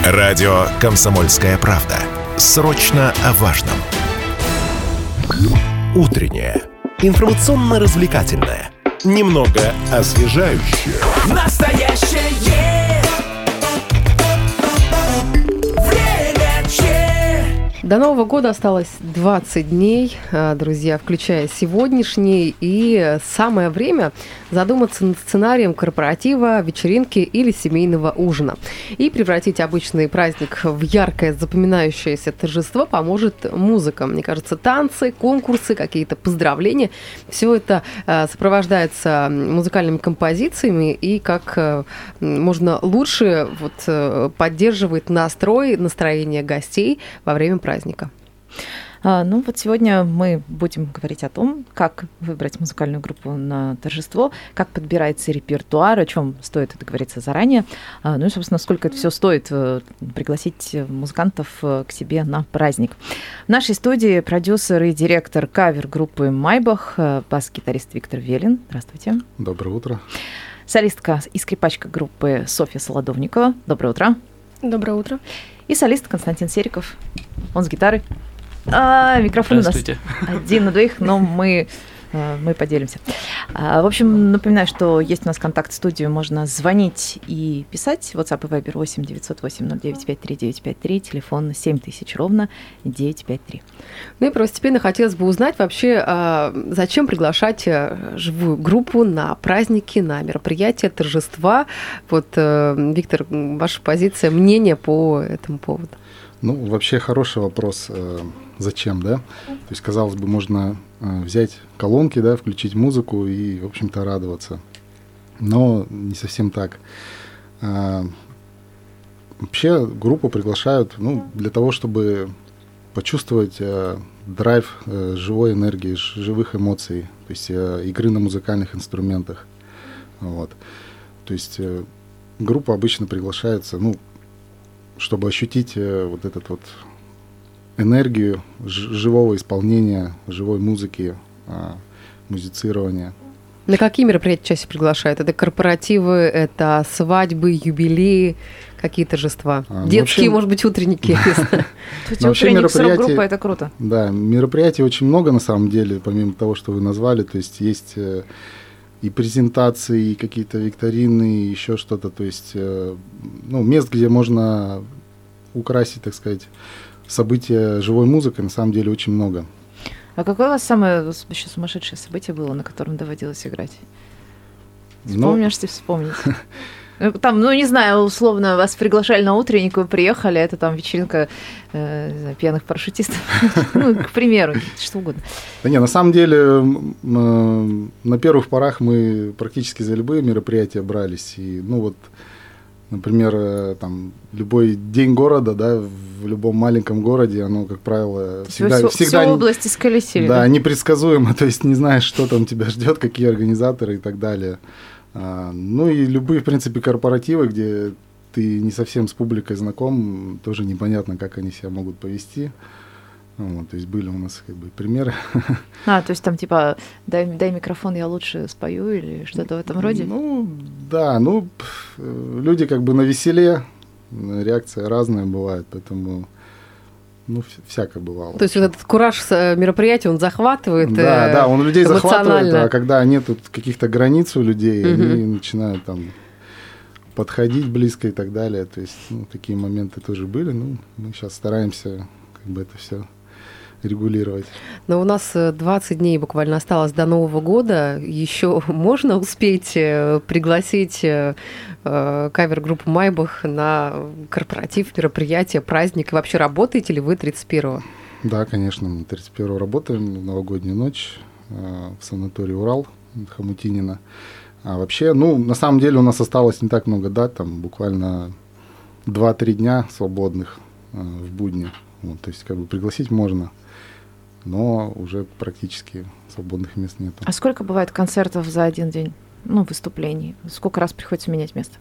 Радио «Комсомольская правда». Срочно о важном. Утреннее. Информационно-развлекательное. Немного освежающее. Настоящее время че. До Нового года осталось 20 дней, друзья, включая сегодняшний. И самое время задуматься над сценарием корпоратива, вечеринки или семейного ужина. И превратить обычный праздник в яркое, запоминающееся торжество поможет музыка. Мне кажется, танцы, конкурсы, какие-то поздравления. Все это сопровождается музыкальными композициями и как можно лучше поддерживает настроение гостей во время праздника. Ну вот сегодня мы будем говорить о том, как выбрать музыкальную группу на торжество, как подбирается репертуар, о чем стоит договориться заранее, ну и, собственно, сколько это все стоит пригласить музыкантов к себе на праздник. В нашей студии продюсер и директор кавер-группы «Майбах», бас-гитарист Виктор Велин. Здравствуйте. Доброе утро. Солистка и скрипачка группы Софья Солодовникова. Доброе утро. Доброе утро. И солист Константин Сериков. Он с гитарой. Микрофон у нас один на двоих, но мы поделимся. В общем, напоминаю, что есть у нас контакт в студию, можно звонить и писать. WhatsApp и Viber 8 908 0953 953, телефон 7000 ровно 953. Ну и первостепенно хотелось бы узнать вообще, зачем приглашать живую группу на праздники, на мероприятия, торжества. Вот, Виктор, ваша позиция, мнение по этому поводу. Ну, вообще хороший вопрос, зачем, да? То есть, казалось бы, можно взять колонки, да, включить музыку и, в общем-то, радоваться. Но не совсем так. Вообще группу приглашают, для того, чтобы почувствовать драйв живой энергии, живых эмоций, то есть игры на музыкальных инструментах. Вот. То есть группа обычно приглашается, чтобы ощутить вот эту вот энергию живого исполнения, живой музыки, музицирования. На какие мероприятия чаще приглашают? Это корпоративы, это свадьбы, юбилеи, какие торжества? Детские, вообще, может быть, утренники. Утренник с рок-группой, это круто. Да, мероприятий очень много на самом деле, помимо того, что вы назвали. То есть есть и презентации, и какие-то викторины, и еще что-то. То есть, мест, где можно украсить, так сказать, события живой музыкой, на самом деле очень много. А какое у вас самое еще сумасшедшее событие было, на котором доводилось играть? Вспомнишь, вспомнить. Там, не знаю, условно, вас приглашали на утренник, вы приехали, это там вечеринка пьяных парашютистов, к примеру, что угодно. Да не, на самом деле, на первых порах мы практически за любые мероприятия брались, и, например, там, любой день города, да, в любом маленьком городе, оно, как правило, всегда всю область исколесили. Да, непредсказуемо, то есть не знаешь, что там тебя ждет, какие организаторы и так далее. И любые, в принципе, корпоративы, где ты не совсем с публикой знаком, тоже непонятно, как они себя могут повести. То есть были у нас примеры. То есть там типа дай микрофон, я лучше спою или что-то в этом роде? Люди навеселе, реакция разная бывает, поэтому всякое бывало. То есть вот этот кураж мероприятия, он захватывает Да, он людей захватывает, а когда нет каких-то границ у людей, они начинают там подходить близко и так далее. То есть такие моменты тоже были. Мы сейчас стараемся это все регулировать. Но у нас 20 дней буквально осталось до Нового года. Еще можно успеть пригласить кавер-группу «Майбах» на корпоратив, мероприятие, праздник? И вообще работаете ли вы 31-го? Да, конечно, мы 31-го работаем в новогоднюю ночь в санатории «Урал» Хомутинина. А вообще, на самом деле у нас осталось не так много дат, там буквально 2-3 дня свободных в будни. То есть пригласить можно, но уже практически свободных мест нет. А сколько бывает концертов за один день, выступлений? Сколько раз приходится менять место?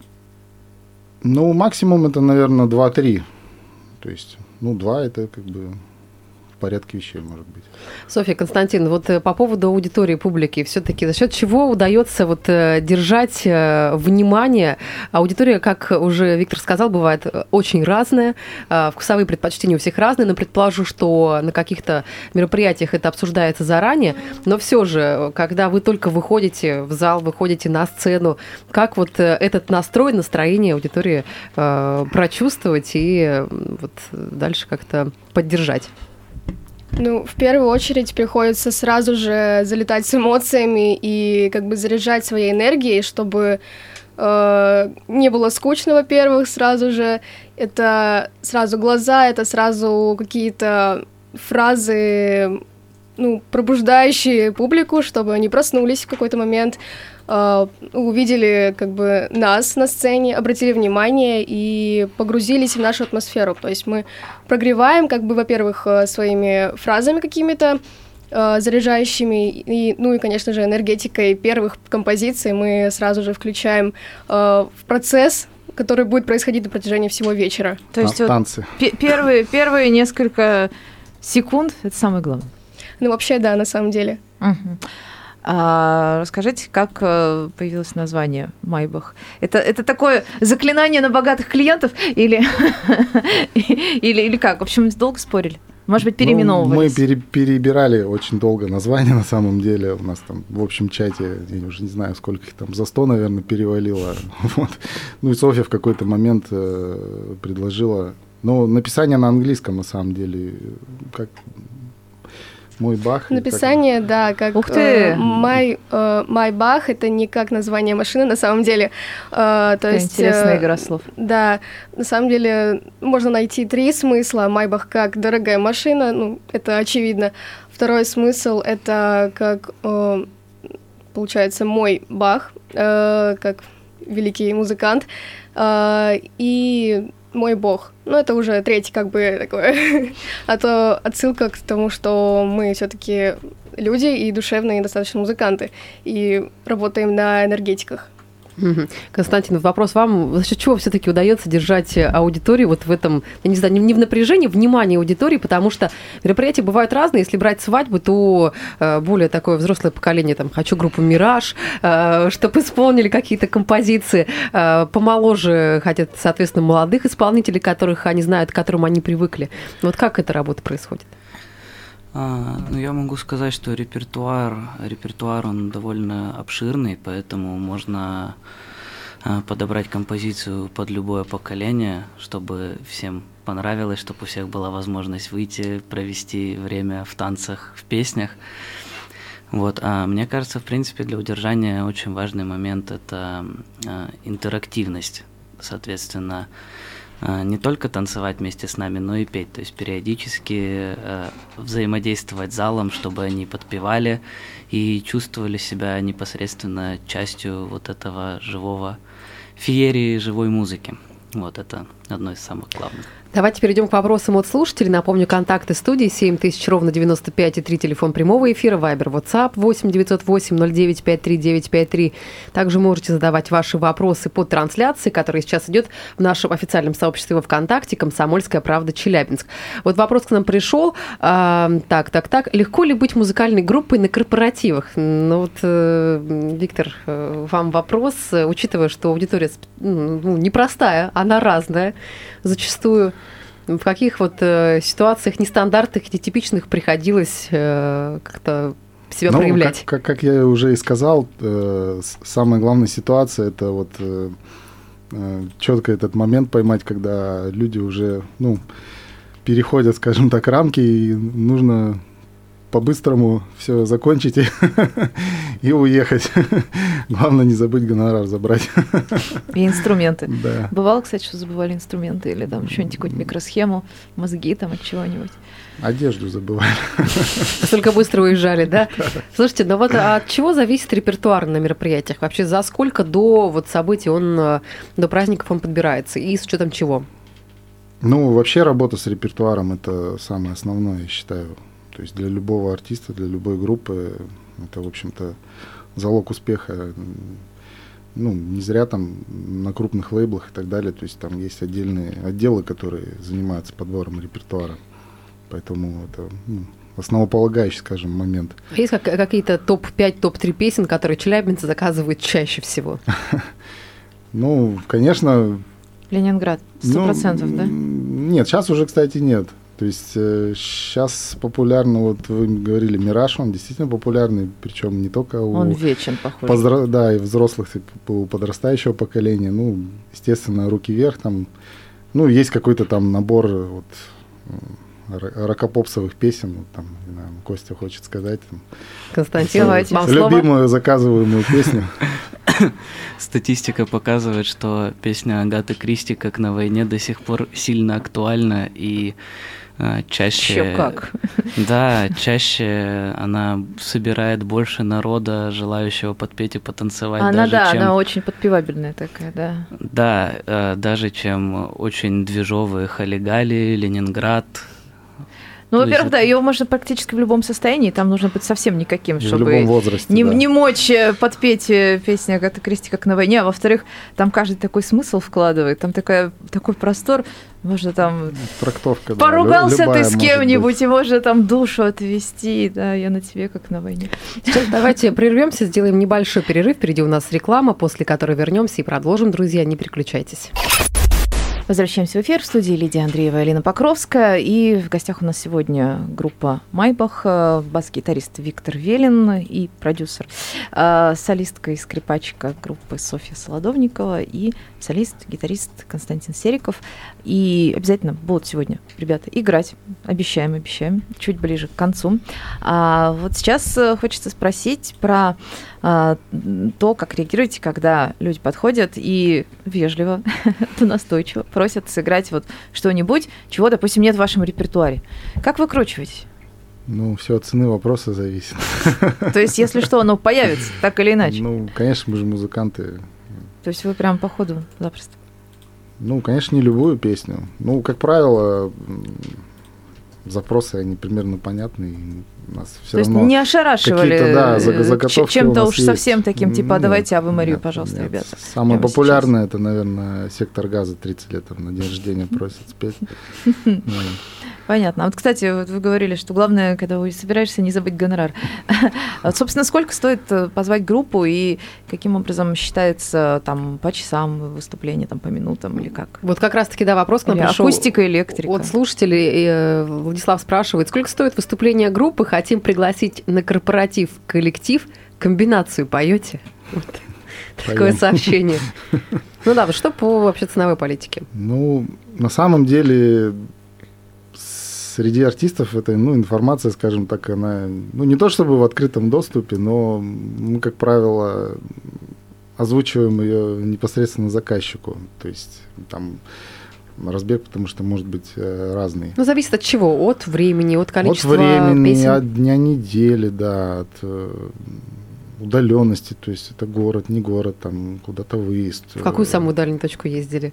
Максимум это, наверное, 2-3. То есть, 2 это порядке вещей, может быть. Софья, Константин, вот по поводу аудитории, публики, все-таки за счет чего удается вот держать внимание? Аудитория, как уже Виктор сказал, бывает очень разная, вкусовые предпочтения у всех разные, но предположу, что на каких-то мероприятиях это обсуждается заранее, но все же, когда вы только выходите в зал, выходите на сцену, как вот этот настрой, настроение аудитории прочувствовать и вот дальше как-то поддержать? Ну, в первую очередь приходится сразу же залетать с эмоциями и как бы заряжать своей энергией, чтобы не было скучно, во-первых, сразу же. Это сразу глаза, это сразу какие-то фразы, ну, пробуждающие публику, чтобы они проснулись в какой-то момент, увидели как бы нас на сцене, обратили внимание и погрузились в нашу атмосферу. То есть мы прогреваем, как бы, во-первых, своими фразами какими-то заряжающими, и, ну и, конечно же, энергетикой первых композиций мы сразу же включаем в процесс, который будет происходить на протяжении всего вечера. То есть танцы. Первые несколько секунд — это самое главное. Ну, вообще, да, на самом деле. Угу. Расскажите, как появилось название «Майбах»? Это такое заклинание на богатых клиентов или как? В общем, долго спорили? Может быть, переименовывались? Мы перебирали очень долго название, на самом деле. У нас там в общем чате, я уже не знаю, сколько их там, за 100, наверное, перевалило. Вот. Ну и Софья в какой-то момент предложила... Ну, написание на английском, на самом деле, как... Мой Бах. Написание, да, как Ух ты! My Бах, это не как название машины, на самом деле. То есть, интересная игра слов. Да, на самом деле можно найти 3 смысла. Майбах как дорогая машина, ну, это очевидно. Второй смысл — это как, получается, мой Бах, как великий музыкант. И мой бог. Ну, это уже третий, как бы, такое. А то отсылка к тому, что мы все-таки люди и душевные достаточно музыканты, и работаем на энергетиках. Константин, вопрос вам. За счет чего все-таки удается держать аудиторию вот в этом, я не знаю, не в напряжении, внимание аудитории, потому что мероприятия бывают разные. Если брать свадьбу, то более такое взрослое поколение, там, хочу группу «Мираж», чтобы исполнили какие-то композиции. Помоложе хотят, соответственно, молодых исполнителей, которых они знают, к которым они привыкли. Вот как эта работа происходит? Ну, я могу сказать, что репертуар он довольно обширный, поэтому можно подобрать композицию под любое поколение, чтобы всем понравилось, чтобы у всех была возможность выйти, провести время в танцах, в песнях. Вот. А мне кажется, в принципе, для удержания очень важный момент – это интерактивность, соответственно, не только танцевать вместе с нами, но и петь, то есть периодически взаимодействовать с залом, чтобы они подпевали и чувствовали себя непосредственно частью вот этого живого феерии, живой музыки. Вот это одно из самых главных. Давайте перейдем к вопросам от слушателей. Напомню, контакты студии 7000 ровно 95,3, телефон прямого эфира, Вайбер, WhatsApp 8 908 09 53 953. Также можете задавать ваши вопросы под трансляцией, которая сейчас идет в нашем официальном сообществе во ВКонтакте «Комсомольская правда. Челябинск». Вот вопрос к нам пришел. Так. Легко ли быть музыкальной группой на корпоративах? Ну вот, Виктор, вам вопрос, учитывая, что аудитория непростая, она разная зачастую. В каких вот ситуациях нестандартных, нетипичных приходилось как-то себя проявлять? Как я уже и сказал, самая главная ситуация – это вот четко этот момент поймать, когда люди уже переходят, скажем так, рамки, и нужно по-быстрому все закончить и уехать. Главное не забыть гонорар забрать. И инструменты. Да. Бывало, кстати, что забывали инструменты или там что-нибудь, какую-нибудь микросхему, мозги там от чего-нибудь? Одежду забывали. Настолько быстро уезжали, да? Слушайте, ну вот от чего зависит репертуар на мероприятиях? Вообще за сколько до вот событий до праздников он подбирается? И с учетом чего? Ну, вообще работа с репертуаром – это самое основное, я считаю. То есть для любого артиста, для любой группы это, в общем-то, залог успеха. Ну, не зря там на крупных лейблах и так далее. То есть там есть отдельные отделы, которые занимаются подбором репертуара. Поэтому это основополагающий, скажем, момент. Есть какие-то топ-5, топ-3 песен, которые челябинцы заказывают чаще всего? Ну, конечно... Ленинград, 100%, да? Нет, сейчас уже, кстати, нет. То есть сейчас популярно, вот вы говорили, «Мираж», он действительно популярный, причем не только он вечен, похоже. Да, и взрослых, у подрастающего поколения. Ну, естественно, «Руки вверх», там, ну, есть какой-то там набор вот, рокопопсовых песен, вот, там, не знаю, Костя хочет сказать. Там, Константин, вам любимую заказываемую песню. Статистика показывает, что песня Агаты Кристи «Как на войне» до сих пор сильно актуальна и чаще... Ещё как. Да, чаще она собирает больше народа, желающего подпеть и потанцевать. Она, даже, да, чем... она очень подпевабельная такая, да. Да, даже чем очень движовые «Хали-Гали», «Ленинград». Ну, во-первых, да, ее можно практически в любом состоянии, там нужно быть совсем никаким, в чтобы любом возрасте, не мочь подпеть песню Агаты Кристи «Как на войне», а во-вторых, там каждый такой смысл вкладывает, там такой простор, можно там... Трактовка, да. Поругался ты с кем-нибудь, быть. И можно там душу отвести, да, я на тебе как на войне. Сейчас давайте прервемся, сделаем небольшой перерыв, впереди у нас реклама, после которой вернемся и продолжим, друзья, не переключайтесь. Возвращаемся в эфир. В студии Лидия Андреева и Алина Покровская. И в гостях у нас сегодня группа «Майбах», бас-гитарист Виктор Велин и продюсер, солистка и скрипачка группы Софья Солодовникова и солист, гитарист Константин Сериков. И обязательно будут сегодня ребята играть. Обещаем, чуть ближе к концу. А вот сейчас хочется спросить про то, как реагируете, когда люди подходят и вежливо, настойчиво просят сыграть вот что-нибудь, чего, допустим, нет в вашем репертуаре. Как выкручиваете? Ну, все от цены вопроса зависит. То есть, если что, оно появится, так или иначе? Ну, конечно, мы же музыканты. То есть вы прям по ходу запросто? Ну, конечно, не любую песню. Ну, как правило, запросы, они примерно понятны. У нас все То равно есть не ошарашивали заготовки чем-то у нас уж есть. совсем таким, типа, Нет, давайте Аве Марию, нет, пожалуйста, нет. ребята. Самое популярное, это, наверное, «Сектор газа», 30 лет на день рождения просят спеть. Понятно. А вот, кстати, вот вы говорили, что главное, когда вы собираешься, не забыть гонорар. Вот, собственно, сколько стоит позвать группу и каким образом считается там по часам выступление, там по минутам или как? Вот как раз-таки, да, вопрос к нам пришел. Акустика, электрика. От слушателей Владислав спрашивает, сколько стоит выступление группы, хотим пригласить на корпоратив коллектив, комбинацию поете? Вот. Такое сообщение. Ну да, вот что по вообще ценовой политике? Ну, на самом деле... Среди артистов эта информация, скажем так, она не то чтобы в открытом доступе, но мы, как правило, озвучиваем ее непосредственно заказчику. То есть там разбег, потому что может быть разный. Ну, зависит от чего? От времени, от количества песен? От времени, песен? от дня недели, да, от удаленности. То есть это город, не город, там куда-то выезд. В какую самую дальнюю точку ездили?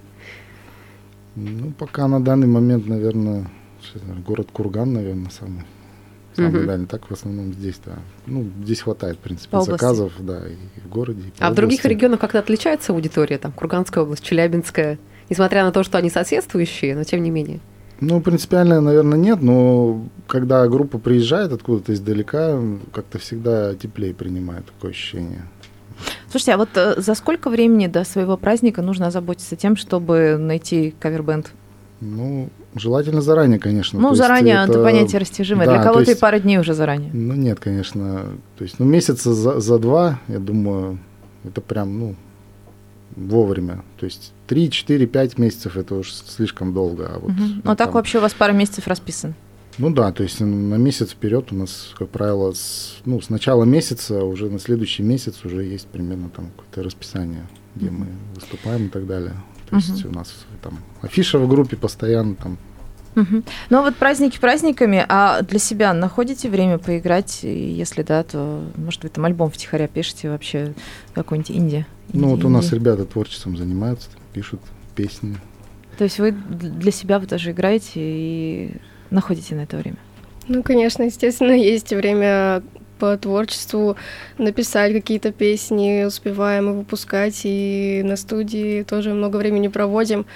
Ну, пока на данный момент, наверное... Город Курган, наверное, самый дальний. Так в основном здесь, да. Ну, здесь хватает, в принципе, по заказов, да, и в городе, и по А в других области. регионах как-то отличается аудитория? Там Курганская область, Челябинская, несмотря на то, что они соседствующие, но тем не менее. Ну, принципиально, наверное, нет, но когда группа приезжает откуда-то издалека, как-то всегда теплее принимает такое ощущение. Слушайте, а вот за сколько времени до своего праздника нужно озаботиться тем, чтобы найти кавер-бэнд? Ну, желательно заранее, конечно. Ну, заранее это понятие растяжимое. Да, для кого-то и есть... пара дней уже заранее. Ну, нет, конечно. То есть, месяца за два, я думаю, это прям, вовремя. То есть 3, 4, 5 месяцев это уж слишком долго. А вот, Ну, так вообще у вас пара месяцев расписан? Ну да, то есть на месяц вперед у нас, как правило, с начала месяца уже на следующий месяц уже есть примерно там какое-то расписание, где мы выступаем и так далее. То есть у нас там афиша в группе постоянно там. Ну вот праздники праздниками, а для себя находите время поиграть? И если да, то, может, вы там альбом втихаря пишете вообще, какой-нибудь инди? Ну вот у нас ребята творчеством занимаются, пишут песни. То есть вы для себя вы тоже играете и находите на это время? Ну, конечно, естественно, есть время по творчеству написать какие-то песни, успеваем и выпускать, и на студии тоже много времени проводим.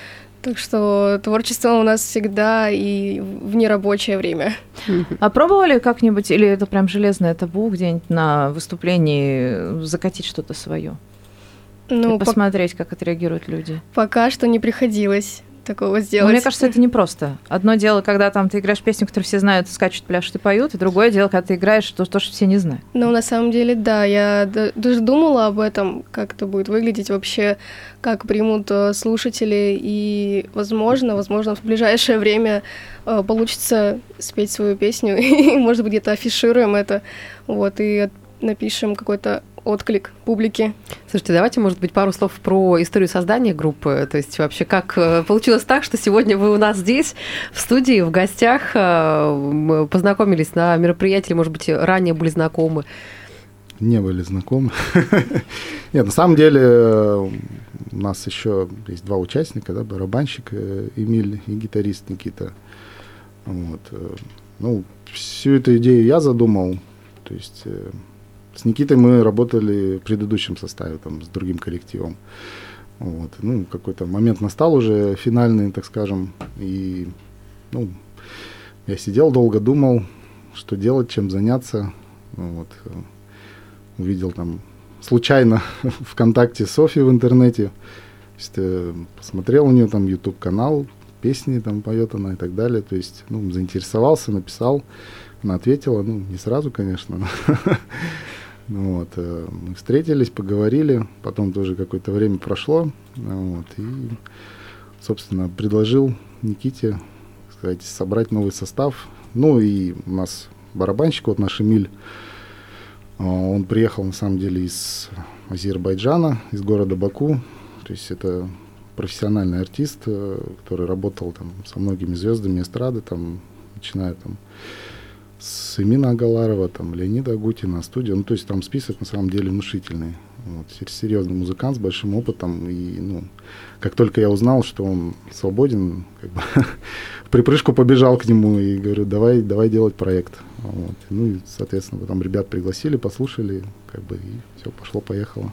Так что творчество у нас всегда и в нерабочее время. А пробовали как-нибудь, или это прям железное табу, где-нибудь на выступлении закатить что-то свое? Ну, и посмотреть, как отреагируют люди? Пока что не приходилось такого сделать. Но мне кажется, это непросто. Одно дело, когда там ты играешь песню, которую все знают, скачут, пляшут и поют, и другое дело, когда ты играешь то, что все не знают. Ну, на самом деле, да, я даже думала об этом, как это будет выглядеть вообще, как примут слушатели, и, возможно, в ближайшее время получится спеть свою песню, и, может быть, где-то афишируем это, вот, и напишем какой-то отклик публики. Слушайте, давайте, может быть, пару слов про историю создания группы. То есть вообще как получилось так, что сегодня вы у нас здесь, в студии, в гостях, мы познакомились на мероприятии, может быть, ранее были знакомы? Не были знакомы. Нет, на самом деле у нас еще есть два участника, да, барабанщик Эмиль и гитарист Никита. Вот. Ну, всю эту идею я задумал, то есть... С Никитой мы работали в предыдущем составе, там, с другим коллективом. Вот. Ну, какой-то момент настал уже финальный, так скажем, и ну, я сидел долго, думал, что делать, чем заняться. Вот. Увидел там случайно ВКонтакте Софью в интернете, то есть, посмотрел у нее там YouTube-канал, песни там поет она и так далее, то есть, ну, заинтересовался, написал, она ответила, ну, не сразу, конечно, вот, мы встретились, поговорили, потом тоже какое-то время прошло, вот, и, собственно, предложил Никите, так сказать, собрать новый состав. Ну, и у нас барабанщик, вот наш Эмиль, он приехал, на самом деле, из Азербайджана, из города Баку, то есть это профессиональный артист, который работал там со многими звездами эстрады, там, начиная там с Эмина Агаларова, там, Леонида Агутина, студия. Ну, то есть там список на самом деле внушительный. Вот, серьезный музыкант с большим опытом. И, ну, как только я узнал, что он свободен, как бы в припрыжку побежал к нему и говорю, давай делать проект. Вот. Ну и, соответственно, потом ребят пригласили, послушали, как бы, и все, пошло-поехало.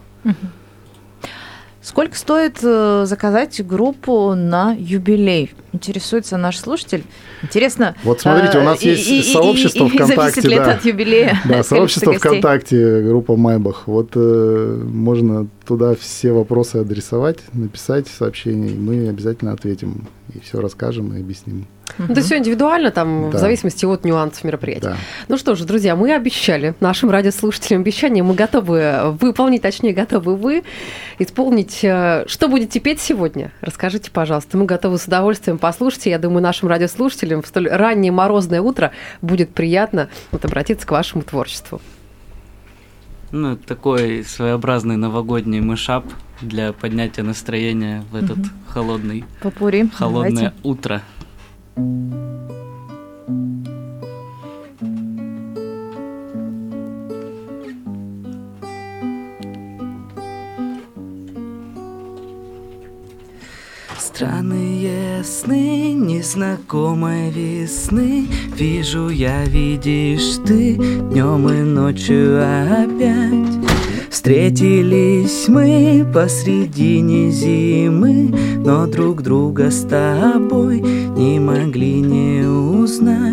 Сколько стоит заказать группу на юбилей? Интересуется наш слушатель. Интересно. Вот смотрите, у нас есть сообщество ВКонтакте. За 10 лет от юбилея. Да, сообщество ВКонтакте, группа Майбах. Вот можно туда все вопросы адресовать, написать сообщение, и мы обязательно ответим. И все расскажем и объясним. Это все индивидуально, там, в зависимости от нюансов мероприятия. Да. Ну что ж, друзья, мы обещали нашим радиослушателям обещание, мы готовы выполнить, точнее, готовы вы исполнить. Что будете петь сегодня? Расскажите, пожалуйста. Мы готовы с удовольствием послушать. Я думаю, нашим радиослушателям в столь раннее морозное утро будет приятно вот обратиться к вашему творчеству. Ну, такой своеобразный новогодний мышап для поднятия настроения в этот холодное утро. Странные сны незнакомой весны, вижу я, видишь ты, днем и ночью опять. Встретились мы посредине зимы, но друг друга с тобой не могли не узнать.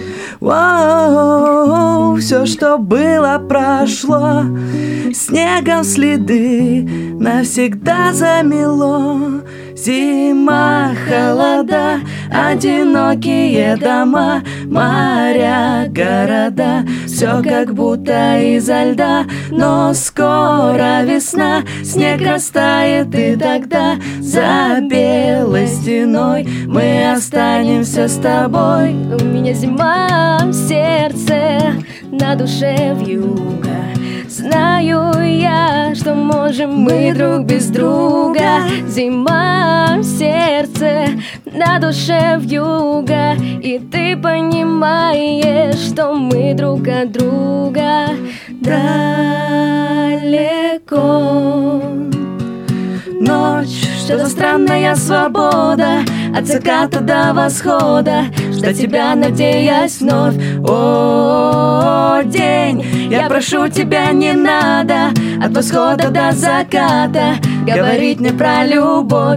Воу, все, что было, прошло, снегом следы навсегда замело. Зима, холода, одинокие дома, моря, города, все как будто изо льда. Но скоро весна, снег растает, и тогда за белой стеной мы останемся с тобой. У меня зима в сердце, на душе вьюга. Знаю я, что можем мы друг без друга. Зима в сердце, на душе вьюга. И ты понимаешь, что мы друг от друга далеко. Ночь Что за странная свобода от заката до восхода, ждать тебя, надеясь вновь. О, день, я прошу тебя, не надо от восхода до заката говорить мне про любовь.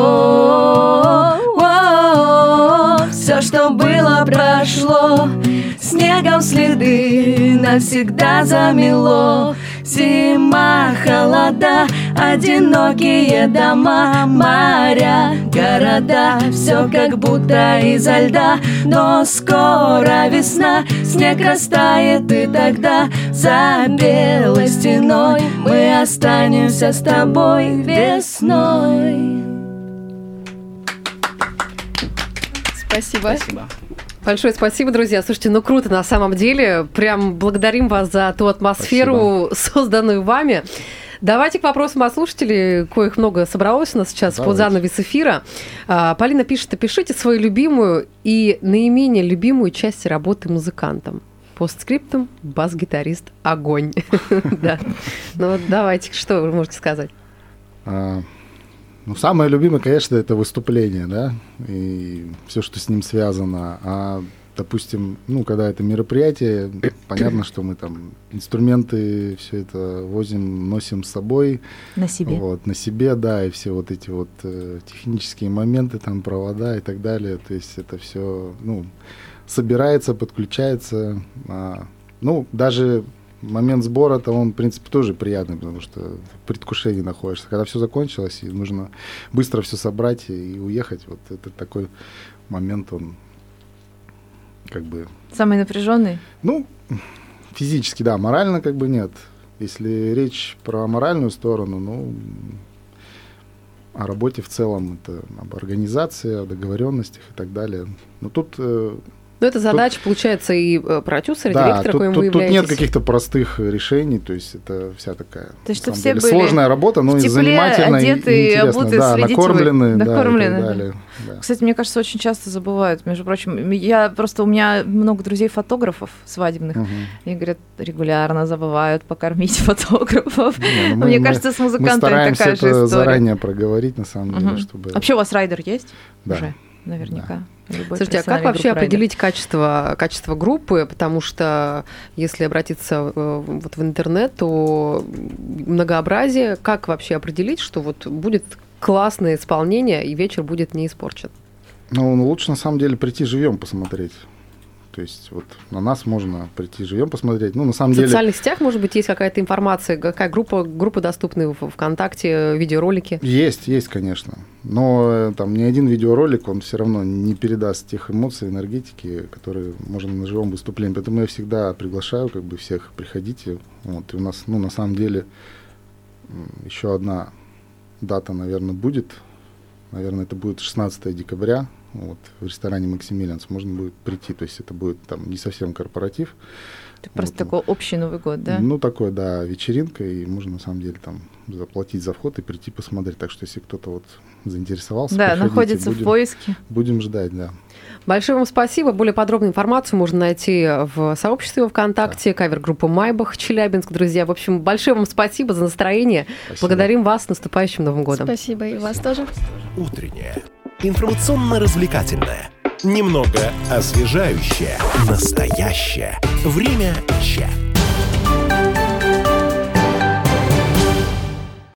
Все, что было, прошло, снегом следы навсегда замело. Зима, холода, одинокие дома, моря, города, все как будто изо льда. Но скоро весна, снег растает, и тогда за белой стеной мы останемся с тобой весной. Спасибо. Большое спасибо, друзья. Слушайте, ну круто на самом деле. Прям благодарим вас за ту атмосферу, созданную вами. Давайте к вопросам от слушателей, коих много собралось у нас сейчас под занавес эфира. Полина пишет: опишите свою любимую и наименее любимую часть работы музыкантом. Постскриптум, бас-гитарист, огонь. Да. Ну вот давайте, что вы можете сказать? Ну, самое любимое, конечно, это выступление, да, и все, что с ним связано. А, допустим, ну, когда это мероприятие, понятно, что мы там инструменты, все это возим, носим с собой. На себе. Вот, на себе, да, и все вот эти вот технические моменты, там, провода и так далее. То есть это все, ну, собирается, подключается. Ну, даже момент сбора-то он, в принципе, тоже приятный, потому что в предвкушении находишься. Когда все закончилось, и нужно быстро все собрать и уехать, вот это такой момент, он как бы... Самый напряженный? Ну, физически, да, морально как бы нет. Если речь про моральную сторону, ну, о работе в целом, это об организации, о договоренностях и так далее. Но тут... Ну, это задача, получается, и продюсера, да, директора, коим вы являетесь. Тут нет каких-то простых решений, то есть это вся такая, то есть, на самом все деле, были сложная работа, но и занимательная, одеты, и интересная. обуты, да, накормлены, накормлены, да, и так да. далее. Да. Кстати, мне кажется, очень часто забывают, между прочим, у меня много друзей-фотографов свадебных, и, говорят, регулярно забывают покормить фотографов. Мне кажется, с музыкантами такая же история. Мы стараемся это заранее проговорить, на самом деле, чтобы... Вообще у вас райдер есть? Да. Уже, наверняка. Да. Слушайте, а как вообще определить качество группы? Потому что если обратиться вот в интернет, то многообразие. Как вообще определить, что вот будет классное исполнение и вечер будет не испорчен? Ну, лучше на самом деле прийти живьем посмотреть. То есть вот на нас можно прийти живьем посмотреть. Ну, на самом деле... В социальных сетях, может быть, есть какая-то информация, какая группа доступны в ВКонтакте, видеоролики? Есть, конечно. Но там ни один видеоролик, он все равно не передаст тех эмоций, энергетики, которые можно на живом выступлении. Поэтому я всегда приглашаю как бы всех, приходите. Вот. И у нас, ну, на самом деле, еще одна дата, наверное, будет. Наверное, это будет 16 декабря. Вот, в ресторане «Максимилианс» можно будет прийти, то есть это будет там не совсем корпоратив. Это просто такой общий Новый год, да? Ну, такой, да, вечеринка, и можно на самом деле там заплатить за вход и прийти посмотреть. Так что если кто-то вот заинтересовался, да, находится в поиске. Будем ждать, да. Большое вам спасибо. Более подробную информацию можно найти в сообществе ВКонтакте, кавер-группа «Майбах», Челябинск, друзья. В общем, большое вам спасибо за настроение. Спасибо. Благодарим вас с наступающим Новым годом. Спасибо, и вас тоже. Утреннее, информационно-развлекательное, немного освежающее, настоящее. Время чат.